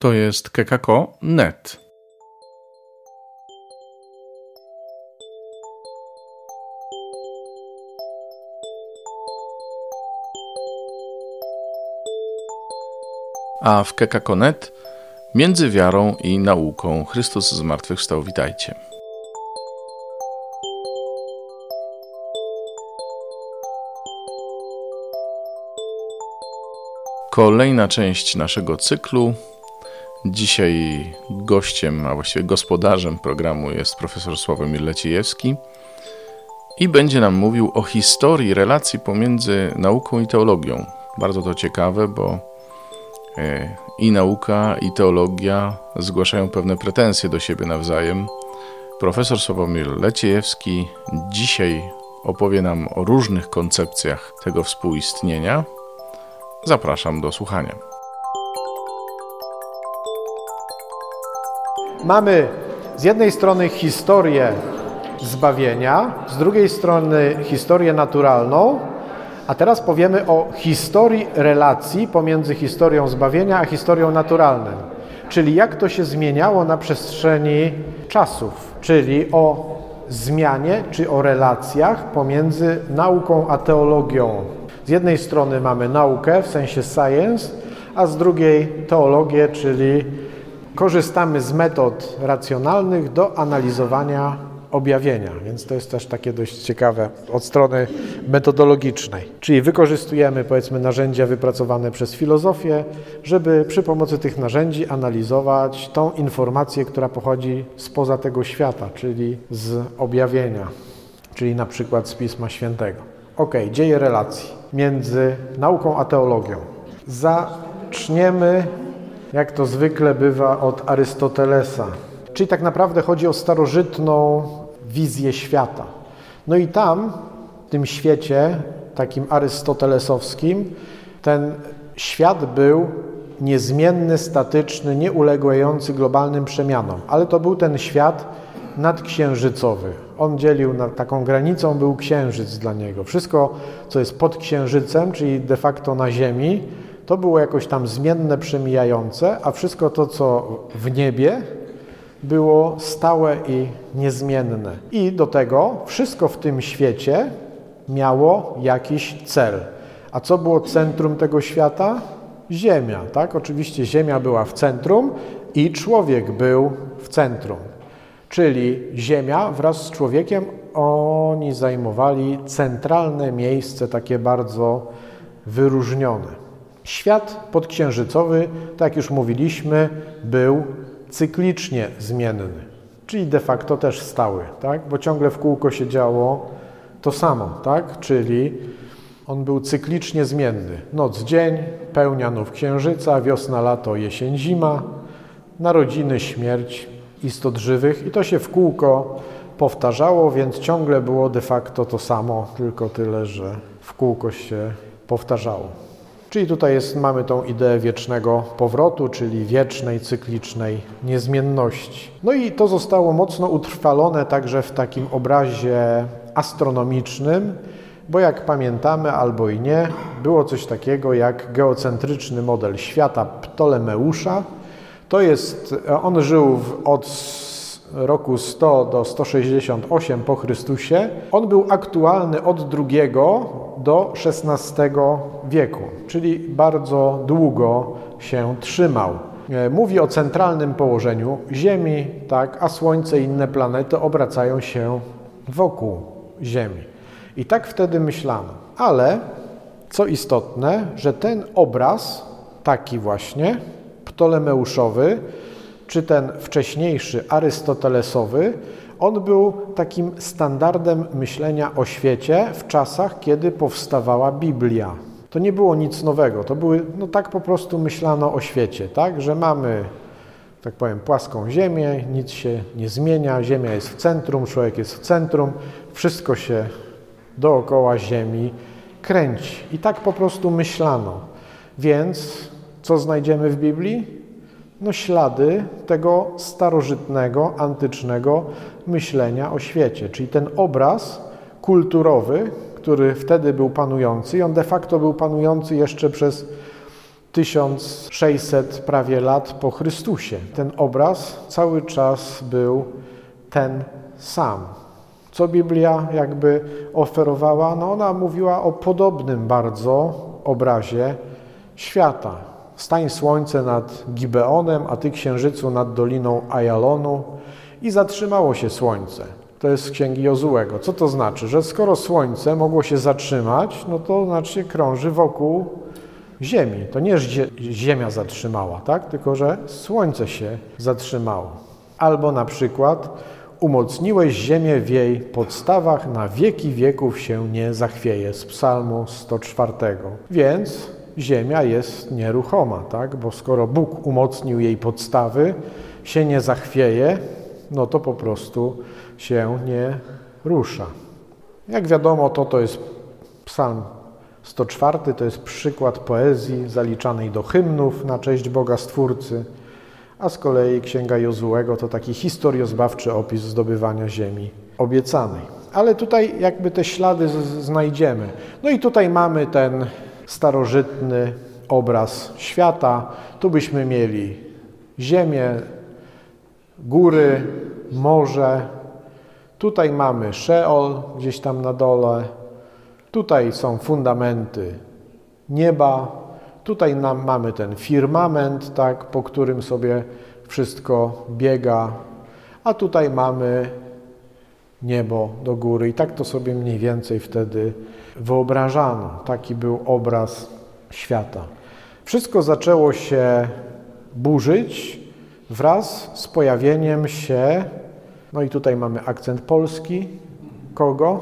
To jest kekako.net. A w kekako.net między wiarą i nauką Chrystus zmartwychwstał. Witajcie. Kolejna część naszego cyklu. Dzisiaj gościem, a właściwie gospodarzem programu jest profesor Sławomir Leciejewski i będzie nam mówił o historii relacji pomiędzy nauką i teologią. Bardzo to ciekawe, bo i nauka, i teologia zgłaszają pewne pretensje do siebie nawzajem. Profesor Sławomir Leciejewski dzisiaj opowie nam o różnych koncepcjach tego współistnienia. Zapraszam do słuchania. Mamy z jednej strony historię zbawienia, z drugiej strony historię naturalną, a teraz powiemy o historii relacji pomiędzy historią zbawienia a historią naturalną, czyli jak to się zmieniało na przestrzeni czasów, czyli o zmianie czy o relacjach pomiędzy nauką a teologią. Z jednej strony mamy naukę w sensie science, a z drugiej teologię, czyli korzystamy z metod racjonalnych do analizowania objawienia, więc to jest też takie dość ciekawe od strony metodologicznej. Czyli wykorzystujemy, powiedzmy, narzędzia wypracowane przez filozofię, żeby przy pomocy tych narzędzi analizować tą informację, która pochodzi spoza tego świata, czyli z objawienia, czyli na przykład z Pisma Świętego. Dzieje relacji między nauką a teologią. Zaczniemy, jak to zwykle bywa, od Arystotelesa. Czyli tak naprawdę chodzi o starożytną wizję świata. No i tam, w tym świecie takim arystotelesowskim, ten świat był niezmienny, statyczny, nieulegający globalnym przemianom. Ale to był ten świat nadksiężycowy. On dzielił, taką granicą był księżyc dla niego. Wszystko, co jest pod księżycem, czyli de facto na Ziemi, to było jakoś tam zmienne, przemijające, a wszystko to, co w niebie, było stałe i niezmienne. I do tego wszystko w tym świecie miało jakiś cel. A co było centrum tego świata? Ziemia, tak? Oczywiście Ziemia była w centrum i człowiek był w centrum. Czyli Ziemia wraz z człowiekiem, oni zajmowali centralne miejsce, takie bardzo wyróżnione. Świat podksiężycowy, tak jak już mówiliśmy, był cyklicznie zmienny, czyli de facto też stały, tak? Bo ciągle w kółko się działo to samo, tak? Czyli on był cyklicznie zmienny. Noc, dzień, pełnia nów księżyca, wiosna, lato, jesień, zima, narodziny, śmierć istot żywych i to się w kółko powtarzało, więc ciągle było de facto to samo, tylko tyle, że w kółko się powtarzało. Czyli tutaj mamy tą ideę wiecznego powrotu, czyli wiecznej, cyklicznej niezmienności. No i to zostało mocno utrwalone także w takim obrazie astronomicznym, bo jak pamiętamy albo i nie, było coś takiego jak geocentryczny model świata Ptolemeusza. On żył od roku 100 do 168 po Chrystusie. On był aktualny od II do XVI wieku, czyli bardzo długo się trzymał. Mówi o centralnym położeniu Ziemi, tak, a Słońce i inne planety obracają się wokół Ziemi. I tak wtedy myślano. Ale, co istotne, że ten obraz, taki właśnie, ptolemeuszowy, czy ten wcześniejszy, arystotelesowy, on był takim standardem myślenia o świecie w czasach, kiedy powstawała Biblia. To nie było nic nowego, to były, tak po prostu myślano o świecie, tak, że mamy, tak powiem, płaską ziemię, nic się nie zmienia, ziemia jest w centrum, człowiek jest w centrum, wszystko się dookoła ziemi kręci. I tak po prostu myślano. Więc co znajdziemy w Biblii? Ślady tego starożytnego, antycznego myślenia o świecie. Czyli ten obraz kulturowy, który wtedy był panujący i on de facto był panujący jeszcze przez 1600 prawie lat po Chrystusie. Ten obraz cały czas był ten sam. Co Biblia jakby oferowała? No ona mówiła o podobnym bardzo obrazie świata. Stań słońce nad Gibeonem, a ty księżycu nad doliną Ajalonu i zatrzymało się słońce. To jest z księgi Jozułego. Co to znaczy? Że skoro słońce mogło się zatrzymać, no to znaczy krąży wokół Ziemi. To nie Ziemia zatrzymała, tak? Tylko że słońce się zatrzymało. Albo na przykład umocniłeś ziemię w jej podstawach, na wieki wieków się nie zachwieje, z Psalmu 104. Więc ziemia jest nieruchoma, tak? Bo skoro Bóg umocnił jej podstawy, się nie zachwieje, no to po prostu się nie rusza. Jak wiadomo, to jest Psalm 104, to jest przykład poezji zaliczanej do hymnów na cześć Boga Stwórcy, a z kolei Księga Jozułego to taki historiozbawczy opis zdobywania ziemi obiecanej. Ale tutaj jakby te ślady znajdziemy. No i tutaj mamy ten starożytny obraz świata. Tu byśmy mieli ziemię, góry, morze. Tutaj mamy Szeol gdzieś tam na dole. Tutaj są fundamenty nieba. Tutaj mamy ten firmament, tak, po którym sobie wszystko biega. A tutaj mamy niebo do góry. I tak to sobie mniej więcej wtedy wyobrażano. Taki był obraz świata. Wszystko zaczęło się burzyć wraz z pojawieniem się, no i tutaj mamy akcent polski, kogo?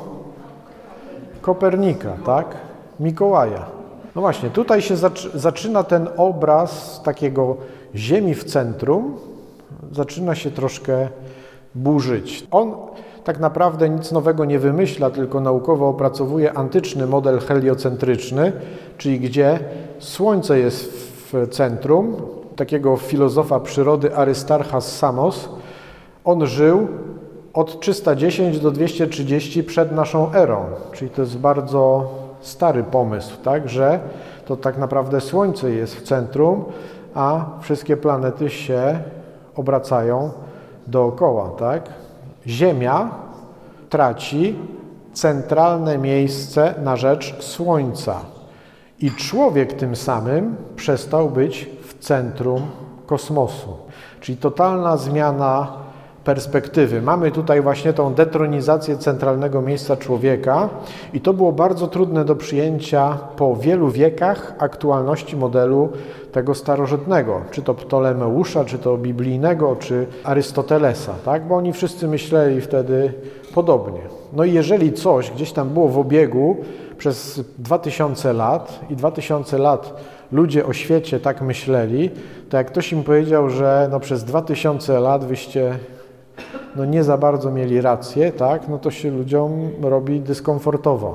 Kopernika, tak? Mikołaja. No właśnie, tutaj się zaczyna ten obraz takiego Ziemi w centrum, zaczyna się troszkę burzyć. On tak naprawdę nic nowego nie wymyśla, tylko naukowo opracowuje antyczny model heliocentryczny, czyli gdzie Słońce jest w centrum, takiego filozofa przyrody Arystarcha z Samos. On żył od 310 do 230 przed naszą erą, czyli to jest bardzo stary pomysł, tak, że to tak naprawdę Słońce jest w centrum, a wszystkie planety się obracają dookoła, tak. Ziemia traci centralne miejsce na rzecz Słońca i człowiek tym samym przestał być w centrum kosmosu, czyli totalna zmiana perspektywy. Mamy tutaj właśnie tą detronizację centralnego miejsca człowieka i to było bardzo trudne do przyjęcia po wielu wiekach aktualności modelu tego starożytnego, czy to Ptolemeusza, czy to biblijnego, czy Arystotelesa, tak? Bo oni wszyscy myśleli wtedy podobnie. No i jeżeli coś gdzieś tam było w obiegu przez 2000 lat i 2000 lat ludzie o świecie tak myśleli, to jak ktoś im powiedział, że no przez 2000 lat wyście nie za bardzo mieli rację, tak, no to się ludziom robi dyskomfortowo,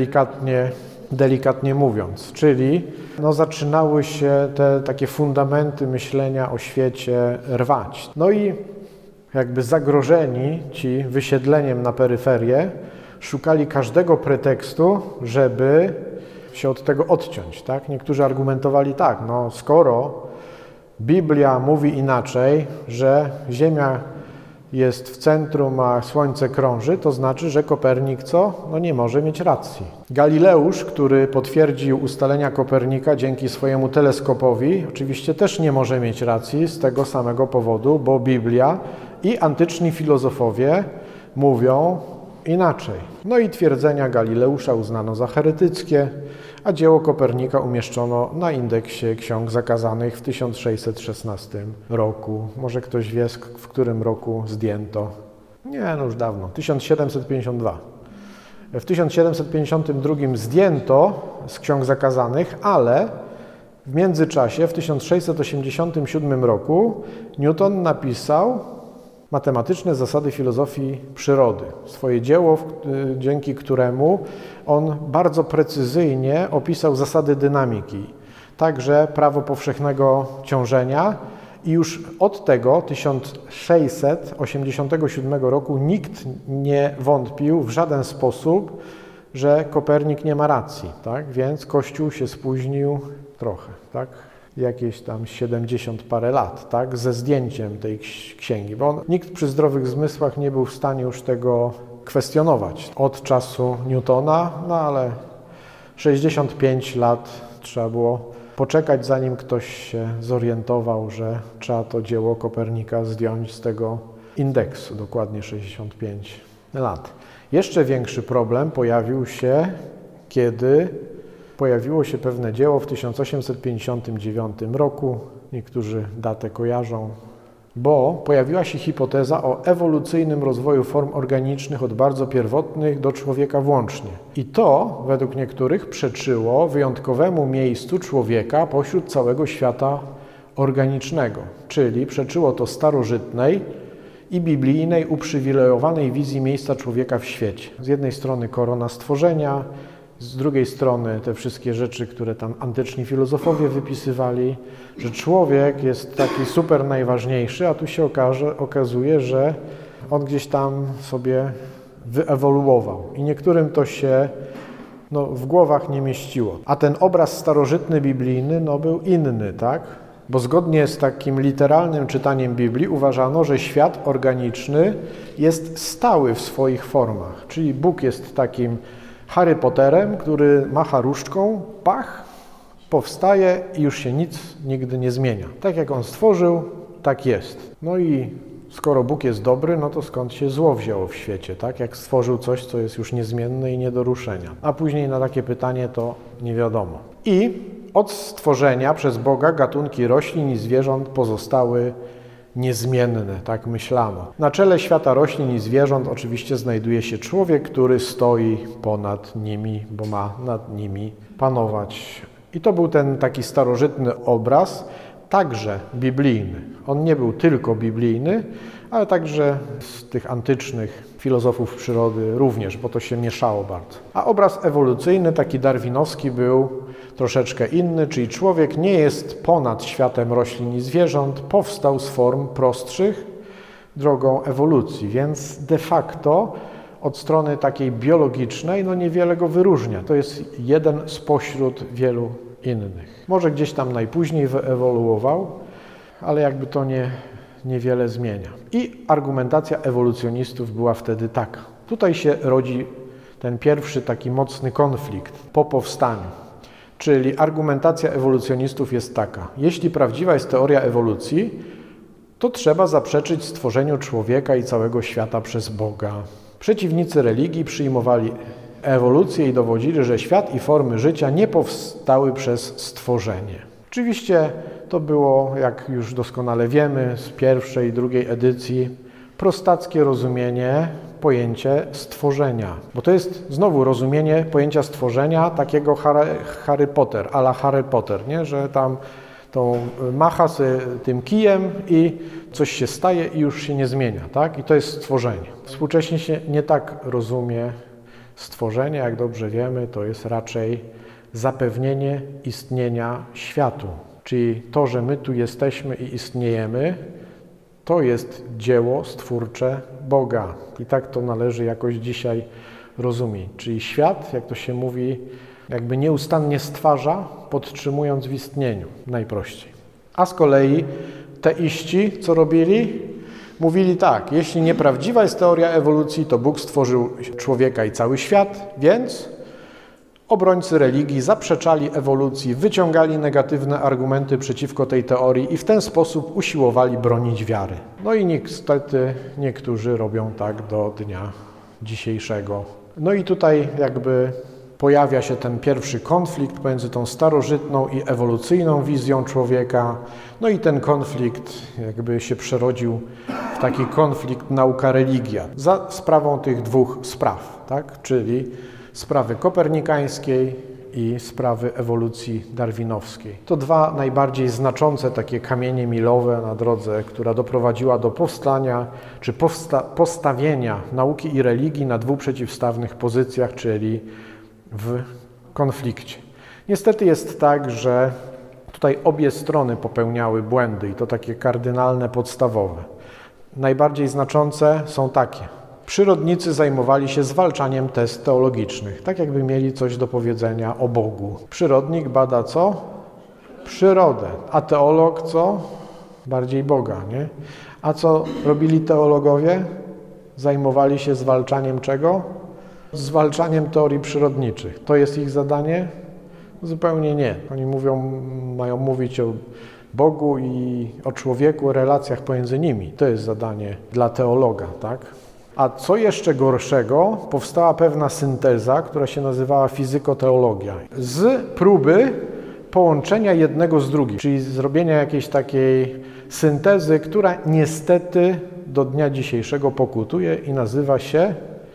delikatnie mówiąc. Czyli zaczynały się te takie fundamenty myślenia o świecie rwać. No i jakby zagrożeni ci wysiedleniem na peryferię szukali każdego pretekstu, żeby się od tego odciąć, tak? Niektórzy argumentowali tak, skoro Biblia mówi inaczej, że Ziemia jest w centrum, a Słońce krąży, to znaczy, że Kopernik nie może mieć racji. Galileusz, który potwierdził ustalenia Kopernika dzięki swojemu teleskopowi, oczywiście też nie może mieć racji z tego samego powodu, bo Biblia i antyczni filozofowie mówią inaczej. No i twierdzenia Galileusza uznano za heretyckie, a dzieło Kopernika umieszczono na indeksie ksiąg zakazanych w 1616 roku. Może ktoś wie, w którym roku zdjęto? Nie, już dawno. 1752. W 1752 zdjęto z ksiąg zakazanych, ale w międzyczasie, w 1687 roku Newton napisał Matematyczne zasady filozofii przyrody. Swoje dzieło, dzięki któremu on bardzo precyzyjnie opisał zasady dynamiki, także prawo powszechnego ciążenia i już od tego 1687 roku nikt nie wątpił w żaden sposób, że Kopernik nie ma racji, tak? Więc Kościół się spóźnił trochę, tak? jakieś tam 70 parę lat, tak, ze zdjęciem tej księgi, bo nikt przy zdrowych zmysłach nie był w stanie już tego kwestionować od czasu Newtona, no ale 65 lat trzeba było poczekać, zanim ktoś się zorientował, że trzeba to dzieło Kopernika zdjąć z tego indeksu, dokładnie 65 lat. Jeszcze większy problem pojawił się, kiedy pojawiło się pewne dzieło w 1859 roku. Niektórzy datę kojarzą, bo pojawiła się hipoteza o ewolucyjnym rozwoju form organicznych od bardzo pierwotnych do człowieka włącznie. I to, według niektórych, przeczyło wyjątkowemu miejscu człowieka pośród całego świata organicznego, czyli przeczyło to starożytnej i biblijnej, uprzywilejowanej wizji miejsca człowieka w świecie. Z jednej strony korona stworzenia, z drugiej strony te wszystkie rzeczy, które tam antyczni filozofowie wypisywali, że człowiek jest taki super najważniejszy, a tu się okazuje, że on gdzieś tam sobie wyewoluował i niektórym to się w głowach nie mieściło. A ten obraz starożytny biblijny był inny, tak? Bo zgodnie z takim literalnym czytaniem Biblii uważano, że świat organiczny jest stały w swoich formach, czyli Bóg jest takim Harry Potterem, który macha różdżką, pach, powstaje i już się nic nigdy nie zmienia. Tak jak on stworzył, tak jest. No i skoro Bóg jest dobry, no to skąd się zło wzięło w świecie, tak? Jak stworzył coś, co jest już niezmienne i nie do ruszenia. A później na takie pytanie to nie wiadomo. I od stworzenia przez Boga gatunki roślin i zwierząt pozostały niezmienne, tak myślano. Na czele świata roślin i zwierząt oczywiście znajduje się człowiek, który stoi ponad nimi, bo ma nad nimi panować. I to był ten taki starożytny obraz, także biblijny. On nie był tylko biblijny, ale także z tych antycznych filozofów przyrody również, bo to się mieszało bardzo. A obraz ewolucyjny, taki darwinowski, był troszeczkę inny, czyli człowiek nie jest ponad światem roślin i zwierząt, powstał z form prostszych drogą ewolucji, więc de facto od strony takiej biologicznej niewiele go wyróżnia. To jest jeden spośród wielu innych. Może gdzieś tam najpóźniej wyewoluował, ale jakby to niewiele zmienia. I argumentacja ewolucjonistów była wtedy taka. Tutaj się rodzi ten pierwszy taki mocny konflikt po powstaniu. Czyli argumentacja ewolucjonistów jest taka. Jeśli prawdziwa jest teoria ewolucji, to trzeba zaprzeczyć stworzeniu człowieka i całego świata przez Boga. Przeciwnicy religii przyjmowali ewolucję i dowodzili, że świat i formy życia nie powstały przez stworzenie. Oczywiście to było, jak już doskonale wiemy, z pierwszej i drugiej edycji, prostackie rozumienie pojęcie stworzenia. Bo to jest znowu rozumienie pojęcia stworzenia takiego Harry Potter, a la Harry Potter, nie? Że tam tą macha sobie tym kijem i coś się staje i już się nie zmienia, tak? I to jest stworzenie. Współcześnie się nie tak rozumie stworzenie, jak dobrze wiemy, to jest raczej zapewnienie istnienia światu. Czyli to, że my tu jesteśmy i istniejemy, to jest dzieło stwórcze Boga. I tak to należy jakoś dzisiaj rozumieć. Czyli świat, jak to się mówi, jakby nieustannie stwarza, podtrzymując w istnieniu, najprościej. A z kolei teiści, co robili? Mówili tak, jeśli nieprawdziwa jest teoria ewolucji, to Bóg stworzył człowieka i cały świat, więc obrońcy religii zaprzeczali ewolucji, wyciągali negatywne argumenty przeciwko tej teorii i w ten sposób usiłowali bronić wiary. No i niestety niektórzy robią tak do dnia dzisiejszego. No i tutaj jakby pojawia się ten pierwszy konflikt pomiędzy tą starożytną i ewolucyjną wizją człowieka. No i ten konflikt jakby się przerodził w taki konflikt nauka-religia za sprawą tych dwóch spraw, tak? Czyli sprawy kopernikańskiej i sprawy ewolucji darwinowskiej. To dwa najbardziej znaczące takie kamienie milowe na drodze, która doprowadziła do powstania czy postawienia nauki i religii na dwóch przeciwstawnych pozycjach, czyli w konflikcie. Niestety jest tak, że tutaj obie strony popełniały błędy i to takie kardynalne, podstawowe. Najbardziej znaczące są takie. Przyrodnicy zajmowali się zwalczaniem tez teologicznych, tak jakby mieli coś do powiedzenia o Bogu. Przyrodnik bada co? przyrodę. A teolog co? Bardziej Boga, nie? A co robili teologowie? Zajmowali się zwalczaniem czego? Zwalczaniem teorii przyrodniczych. To jest ich zadanie? Zupełnie nie. Oni mają mówić o Bogu i o człowieku, o relacjach pomiędzy nimi. To jest zadanie dla teologa, tak? A co jeszcze gorszego, powstała pewna synteza, która się nazywała fizykoteologia. Z próby połączenia jednego z drugim, czyli zrobienia jakiejś takiej syntezy, która niestety do dnia dzisiejszego pokutuje i nazywa się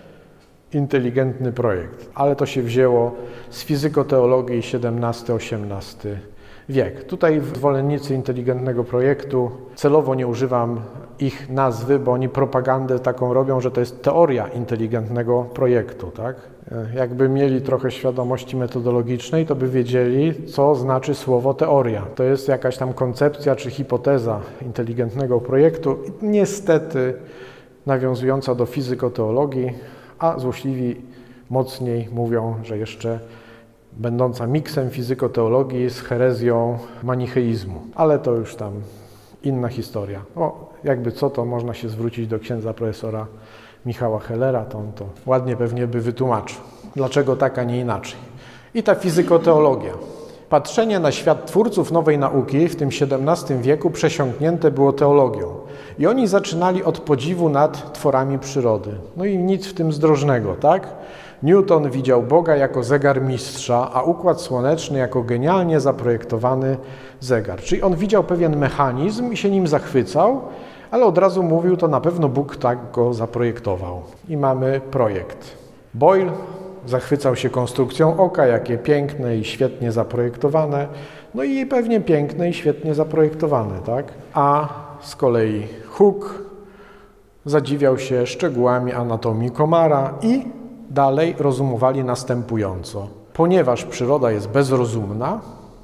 inteligentny projekt. Ale to się wzięło z fizykoteologii XVII-XVIII wiek. Tutaj zwolennicy inteligentnego projektu, celowo nie używam ich nazwy, bo oni propagandę taką robią, że to jest teoria inteligentnego projektu, tak? Jakby mieli trochę świadomości metodologicznej, to by wiedzieli, co znaczy słowo teoria. To jest jakaś tam koncepcja czy hipoteza inteligentnego projektu, niestety nawiązująca do fizykoteologii, a złośliwi mocniej mówią, że jeszcze będąca miksem fizykoteologii z herezją manicheizmu. Ale to już tam inna historia. Jakby co, to można się zwrócić do księdza profesora Michała Hellera, to on to ładnie pewnie by wytłumaczył. Dlaczego tak, a nie inaczej. I ta fizykoteologia. Patrzenie na świat twórców nowej nauki w tym XVII wieku przesiąknięte było teologią. I oni zaczynali od podziwu nad tworami przyrody. No i nic w tym zdrożnego, tak? Newton widział Boga jako zegarmistrza, a Układ Słoneczny jako genialnie zaprojektowany zegar. Czyli on widział pewien mechanizm i się nim zachwycał, ale od razu mówił, to na pewno Bóg tak go zaprojektował. I mamy projekt. Boyle zachwycał się konstrukcją oka, jakie piękne i świetnie zaprojektowane. No i pewnie piękne i świetnie zaprojektowane, tak? A z kolei Hooke zadziwiał się szczegółami anatomii komara i dalej rozumowali następująco. Ponieważ przyroda jest bezrozumna,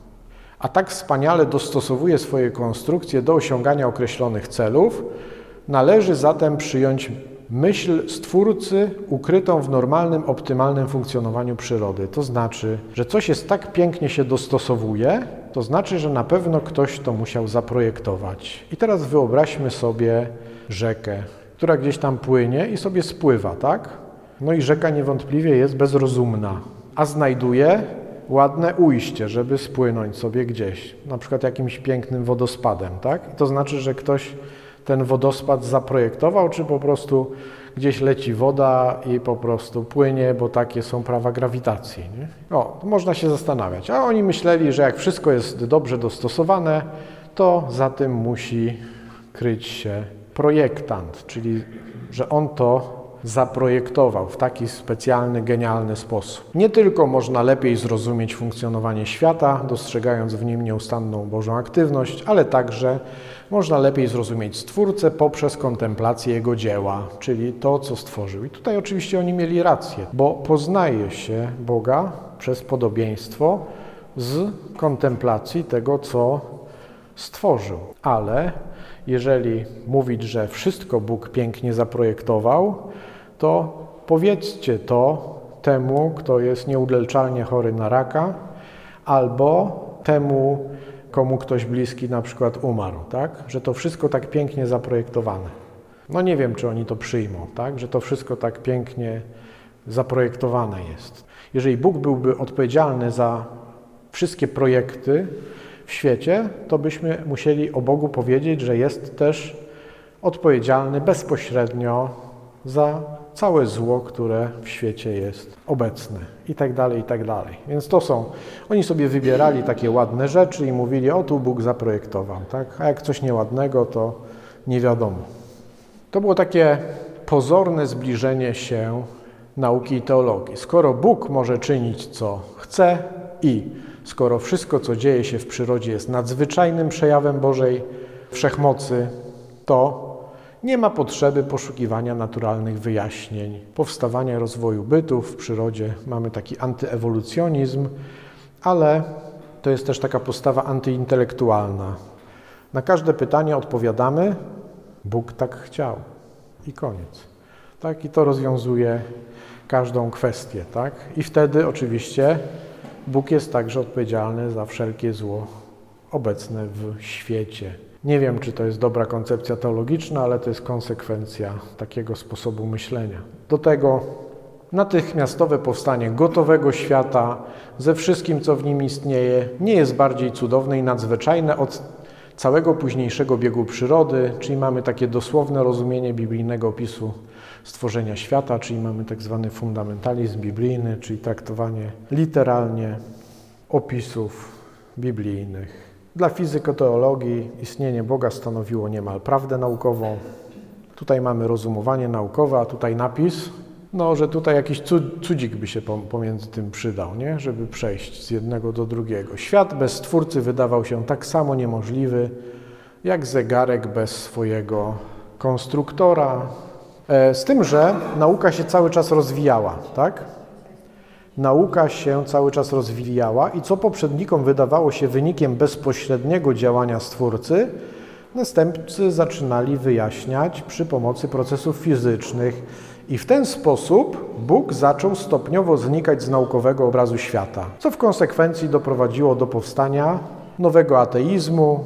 a tak wspaniale dostosowuje swoje konstrukcje do osiągania określonych celów, należy zatem przyjąć myśl Stwórcy ukrytą w normalnym, optymalnym funkcjonowaniu przyrody. To znaczy, że coś jest tak pięknie się dostosowuje, to znaczy, że na pewno ktoś to musiał zaprojektować. I teraz wyobraźmy sobie rzekę, która gdzieś tam płynie i sobie spływa, tak? No i rzeka niewątpliwie jest bezrozumna, a znajduje ładne ujście, żeby spłynąć sobie gdzieś, na przykład jakimś pięknym wodospadem, tak? I to znaczy, że ktoś ten wodospad zaprojektował, czy po prostu gdzieś leci woda i po prostu płynie, bo takie są prawa grawitacji, nie? Można się zastanawiać. A oni myśleli, że jak wszystko jest dobrze dostosowane, to za tym musi kryć się projektant, czyli że on to zaprojektował w taki specjalny, genialny sposób. Nie tylko można lepiej zrozumieć funkcjonowanie świata, dostrzegając w nim nieustanną Bożą aktywność, ale także można lepiej zrozumieć Stwórcę poprzez kontemplację Jego dzieła, czyli to, co stworzył. I tutaj oczywiście oni mieli rację, bo poznaje się Boga przez podobieństwo z kontemplacji tego, co stworzył. Ale jeżeli mówić, że wszystko Bóg pięknie zaprojektował, to powiedzcie to temu, kto jest nieuleczalnie chory na raka, albo temu, komu ktoś bliski na przykład umarł, tak? Że to wszystko tak pięknie zaprojektowane. No nie wiem, czy oni to przyjmą, tak? Że to wszystko tak pięknie zaprojektowane jest. Jeżeli Bóg byłby odpowiedzialny za wszystkie projekty w świecie, to byśmy musieli o Bogu powiedzieć, że jest też odpowiedzialny bezpośrednio za całe zło, które w świecie jest obecne i tak dalej, i tak dalej. Więc oni sobie wybierali takie ładne rzeczy i mówili, tu Bóg zaprojektował, tak? A jak coś nieładnego, to nie wiadomo. To było takie pozorne zbliżenie się nauki i teologii. Skoro Bóg może czynić, co chce i skoro wszystko, co dzieje się w przyrodzie jest nadzwyczajnym przejawem Bożej wszechmocy, to nie ma potrzeby poszukiwania naturalnych wyjaśnień powstawania i rozwoju bytu w przyrodzie. Mamy taki antyewolucjonizm, ale to jest też taka postawa antyintelektualna. Na każde pytanie odpowiadamy, Bóg tak chciał i koniec. Tak? I to rozwiązuje każdą kwestię. Tak? I wtedy oczywiście Bóg jest także odpowiedzialny za wszelkie zło obecne w świecie. Nie wiem, czy to jest dobra koncepcja teologiczna, ale to jest konsekwencja takiego sposobu myślenia. Do tego natychmiastowe powstanie gotowego świata ze wszystkim, co w nim istnieje, nie jest bardziej cudowne i nadzwyczajne od całego późniejszego biegu przyrody, czyli mamy takie dosłowne rozumienie biblijnego opisu stworzenia świata, czyli mamy tak zwany fundamentalizm biblijny, czyli traktowanie literalnie opisów biblijnych. Dla fizykoteologii istnienie Boga stanowiło niemal prawdę naukową. Tutaj mamy rozumowanie naukowe, a tutaj napis, że tutaj jakiś cudzik by się pomiędzy tym przydał, nie? Żeby przejść z jednego do drugiego. Świat bez Stwórcy wydawał się tak samo niemożliwy, jak zegarek bez swojego konstruktora. Z tym, że nauka się cały czas rozwijała, tak? Nauka się cały czas rozwijała i co poprzednikom wydawało się wynikiem bezpośredniego działania Stwórcy, następcy zaczynali wyjaśniać przy pomocy procesów fizycznych i w ten sposób Bóg zaczął stopniowo znikać z naukowego obrazu świata, co w konsekwencji doprowadziło do powstania nowego ateizmu.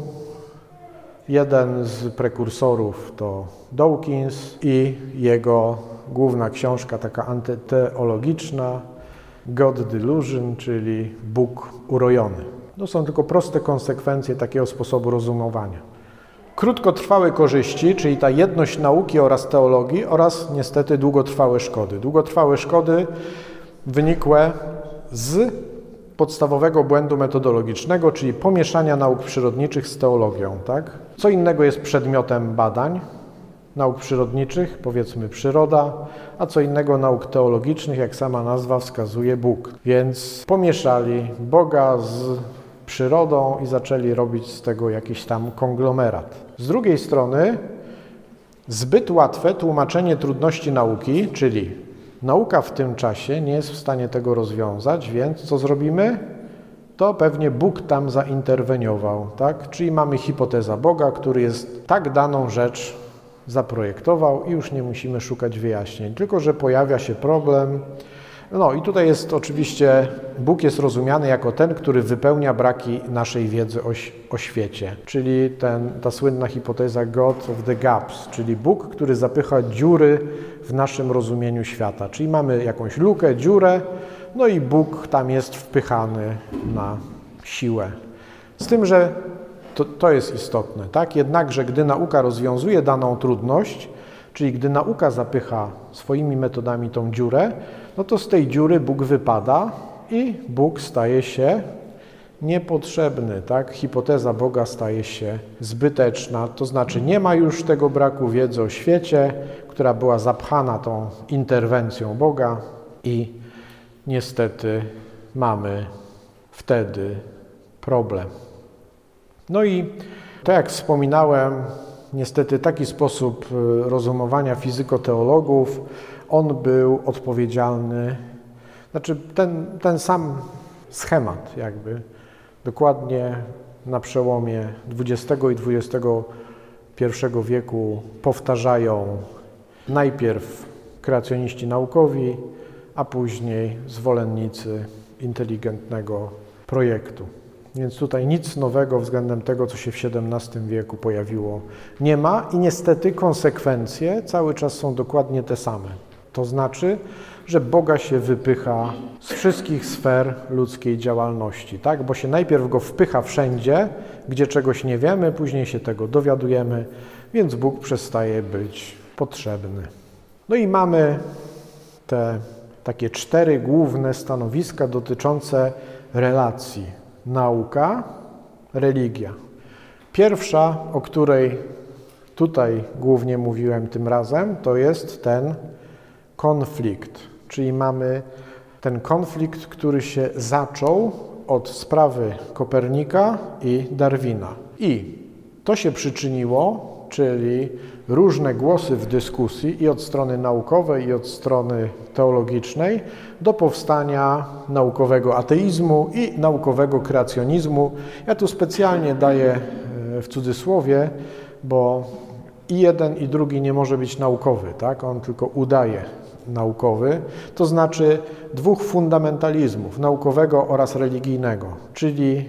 Jeden z prekursorów to Dawkins i jego główna książka, taka antyteologiczna, God Delusion, czyli Bóg urojony. To są tylko proste konsekwencje takiego sposobu rozumowania. Krótkotrwałe korzyści, czyli ta jedność nauki oraz teologii oraz niestety długotrwałe szkody. Długotrwałe szkody wynikłe z podstawowego błędu metodologicznego, czyli pomieszania nauk przyrodniczych z teologią. Tak? Co innego jest przedmiotem badań nauk przyrodniczych, powiedzmy przyroda, a co innego nauk teologicznych, jak sama nazwa wskazuje, Bóg. Więc pomieszali Boga z przyrodą i zaczęli robić z tego jakiś tam konglomerat. Z drugiej strony zbyt łatwe tłumaczenie trudności nauki, czyli nauka w tym czasie nie jest w stanie tego rozwiązać, więc co zrobimy? To pewnie Bóg tam zainterweniował, tak? Czyli mamy hipoteza Boga, który jest tak daną rzecz zaprojektował i już nie musimy szukać wyjaśnień, tylko że pojawia się problem. I tutaj jest oczywiście, Bóg jest rozumiany jako ten, który wypełnia braki naszej wiedzy o świecie, czyli ta słynna hipoteza God of the Gaps, czyli Bóg, który zapycha dziury w naszym rozumieniu świata, czyli mamy jakąś lukę, dziurę, i Bóg tam jest wpychany na siłę. Z tym, że to jest istotne, tak? Jednakże gdy nauka rozwiązuje daną trudność, czyli gdy nauka zapycha swoimi metodami tą dziurę, to z tej dziury Bóg wypada i Bóg staje się niepotrzebny, tak? Hipoteza Boga staje się zbyteczna, to znaczy nie ma już tego braku wiedzy o świecie, która była zapchana tą interwencją Boga i niestety mamy wtedy problem. I tak jak wspominałem, niestety taki sposób rozumowania fizykoteologów, on był odpowiedzialny, ten sam schemat jakby, dokładnie na przełomie XX i XXI wieku powtarzają najpierw kreacjoniści naukowi, a później zwolennicy inteligentnego projektu. Więc tutaj nic nowego względem tego, co się w XVII wieku pojawiło, nie ma i niestety konsekwencje cały czas są dokładnie te same. To znaczy, że Boga się wypycha z wszystkich sfer ludzkiej działalności, tak? Bo się najpierw Go wpycha wszędzie, gdzie czegoś nie wiemy, później się tego dowiadujemy, więc Bóg przestaje być potrzebny. I mamy te takie 4 główne stanowiska dotyczące relacji nauka, religia. Pierwsza, o której tutaj głównie mówiłem tym razem, to jest ten konflikt, czyli mamy ten konflikt, który się zaczął od sprawy Kopernika i Darwina. I to się przyczyniło, czyli różne głosy w dyskusji i od strony naukowej, i od strony teologicznej do powstania naukowego ateizmu i naukowego kreacjonizmu. Ja tu specjalnie daję w cudzysłowie, bo i jeden, i drugi nie może być naukowy, tak? On tylko udaje naukowy, to znaczy 2 fundamentalizmów, naukowego oraz religijnego, czyli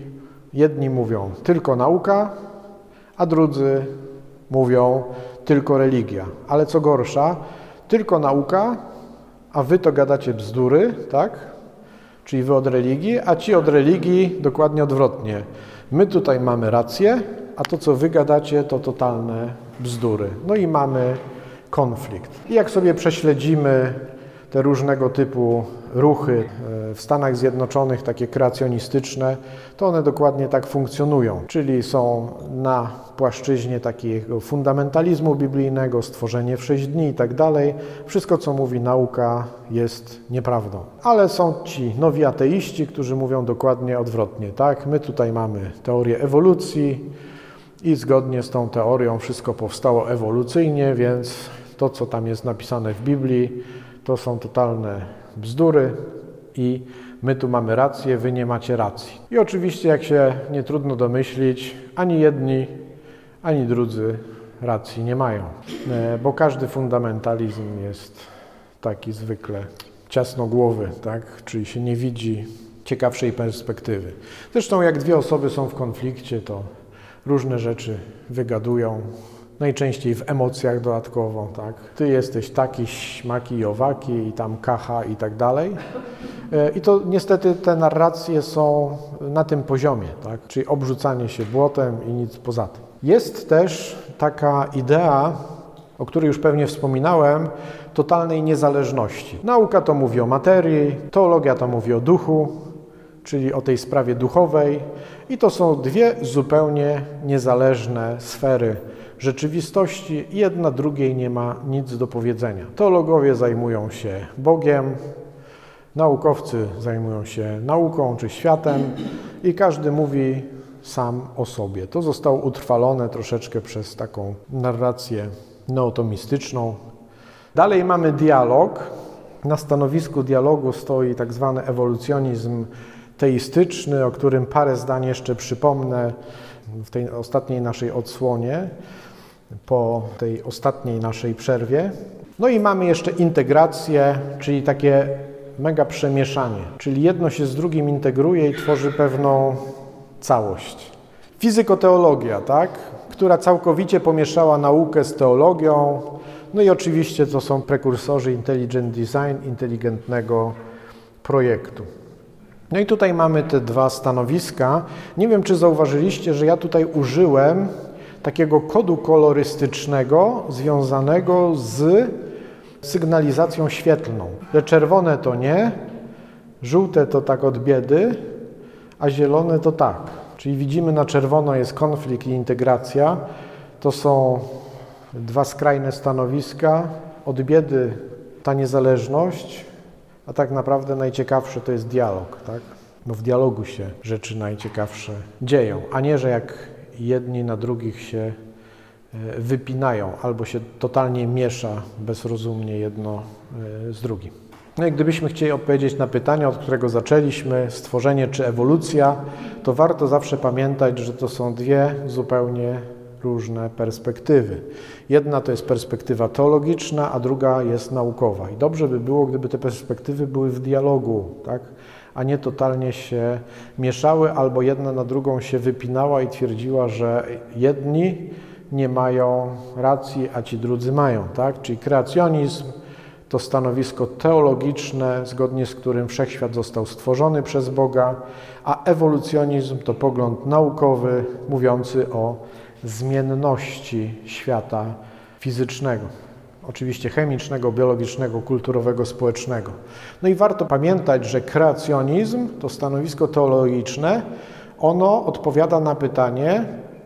Jedni mówią tylko nauka, a drudzy mówią tylko religia. Ale co gorsza, tylko nauka, a wy to gadacie bzdury, tak? Czyli wy od religii, a ci od religii dokładnie odwrotnie. My tutaj mamy rację, a to, co wy gadacie, to totalne bzdury. No i mamy konflikt. I jak sobie prześledzimy te różnego typu ruchy w Stanach Zjednoczonych, takie kreacjonistyczne, to one dokładnie tak funkcjonują, czyli są na płaszczyźnie takiego fundamentalizmu biblijnego, stworzenie w 6 dni i tak dalej. Wszystko, co mówi nauka, jest nieprawdą. Ale są ci nowi ateiści, którzy mówią dokładnie odwrotnie, tak? My tutaj mamy teorię ewolucji i zgodnie z tą teorią wszystko powstało ewolucyjnie, więc to, co tam jest napisane w Biblii, to są totalne bzdury i my tu mamy rację, wy nie macie racji. I oczywiście, jak się nie trudno domyślić, ani jedni, ani drudzy racji nie mają, bo każdy fundamentalizm jest taki zwykle ciasnogłowy, tak? Czyli się nie widzi ciekawszej perspektywy. Zresztą jak dwie osoby są w konflikcie, to różne rzeczy wygadują, najczęściej w emocjach dodatkowo, tak? Ty jesteś taki, śmaki i owaki i tam kacha i tak dalej. I to niestety te narracje są na tym poziomie, tak? Czyli obrzucanie się błotem i nic poza tym. Jest też taka idea, o której już pewnie wspominałem, totalnej niezależności. Nauka to mówi o materii, teologia to mówi o duchu, czyli o tej sprawie duchowej i to są dwie zupełnie niezależne sfery rzeczywistości i jedna drugiej nie ma nic do powiedzenia. Teologowie zajmują się Bogiem, naukowcy zajmują się nauką czy światem i każdy mówi sam o sobie. To zostało utrwalone troszeczkę przez taką narrację neotomistyczną. Dalej mamy dialog. Na stanowisku dialogu stoi tak zwany ewolucjonizm teistyczny, o którym parę zdań jeszcze przypomnę w tej ostatniej naszej odsłonie, po tej ostatniej naszej przerwie. No i mamy jeszcze integrację, czyli takie mega przemieszanie, czyli jedno się z drugim integruje i tworzy pewną całość. Fizykoteologia, tak? Która całkowicie pomieszała naukę z teologią, no i oczywiście to są prekursorzy intelligent design, inteligentnego projektu. No i tutaj mamy te dwa stanowiska. Nie wiem, czy zauważyliście, że ja tutaj użyłem takiego kodu kolorystycznego związanego z sygnalizacją świetlną. Że czerwone to nie, żółte to tak od biedy, a zielone to tak. Czyli widzimy, na czerwono jest konflikt i integracja. To są dwa skrajne stanowiska. Od biedy ta niezależność, a tak naprawdę najciekawsze to jest dialog, tak? Bo w dialogu się rzeczy najciekawsze dzieją, a nie, że jak jedni na drugich się wypinają albo się totalnie miesza bezrozumnie jedno z drugim. No i gdybyśmy chcieli odpowiedzieć na pytanie, od którego zaczęliśmy, stworzenie czy ewolucja, to warto zawsze pamiętać, że to są dwie zupełnie różne perspektywy. Jedna to jest perspektywa teologiczna, a druga jest naukowa. I dobrze by było, gdyby te perspektywy były w dialogu, tak? A nie totalnie się mieszały, albo jedna na drugą się wypinała i twierdziła, że jedni nie mają racji, a ci drudzy mają, tak? Czyli kreacjonizm to stanowisko teologiczne, zgodnie z którym wszechświat został stworzony przez Boga, a ewolucjonizm to pogląd naukowy mówiący o zmienności świata fizycznego. Oczywiście chemicznego, biologicznego, kulturowego, społecznego. No i warto pamiętać, że kreacjonizm, to stanowisko teologiczne, ono odpowiada na pytanie,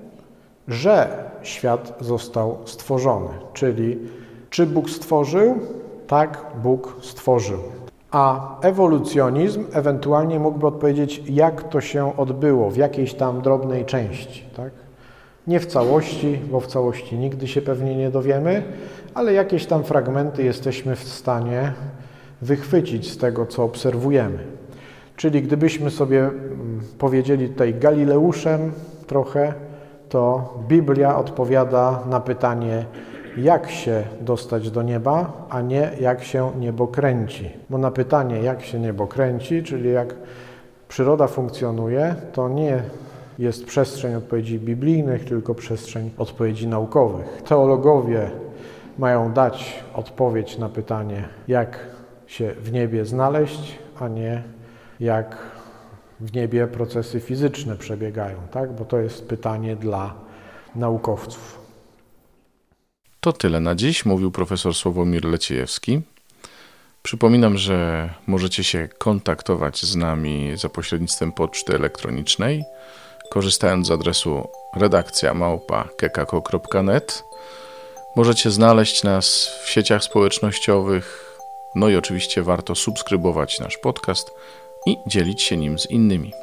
że świat został stworzony, czyli czy Bóg stworzył? Tak, Bóg stworzył. A ewolucjonizm ewentualnie mógłby odpowiedzieć, jak to się odbyło, w jakiejś tam drobnej części, tak? Nie w całości, bo w całości nigdy się pewnie nie dowiemy, ale jakieś tam fragmenty jesteśmy w stanie wychwycić z tego, co obserwujemy. Czyli gdybyśmy sobie powiedzieli tutaj Galileuszem trochę, to Biblia odpowiada na pytanie, jak się dostać do nieba, a nie jak się niebo kręci. Bo na pytanie, jak się niebo kręci, czyli jak przyroda funkcjonuje, to nie jest przestrzeń odpowiedzi biblijnych, tylko przestrzeń odpowiedzi naukowych. Teologowie mają dać odpowiedź na pytanie, jak się w niebie znaleźć, a nie jak w niebie procesy fizyczne przebiegają, tak? Bo to jest pytanie dla naukowców. To tyle na dziś, mówił profesor Sławomir Leciejewski. Przypominam, że możecie się kontaktować z nami za pośrednictwem poczty elektronicznej, korzystając z adresu redakcja@kekako.net. Możecie znaleźć nas w sieciach społecznościowych, no i oczywiście warto subskrybować nasz podcast i dzielić się nim z innymi.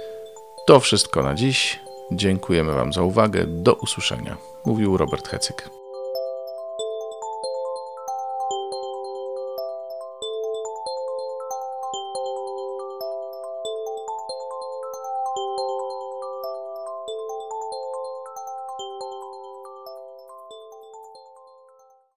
To wszystko na dziś. Dziękujemy Wam za uwagę. Do usłyszenia. Mówił Robert Hecyk.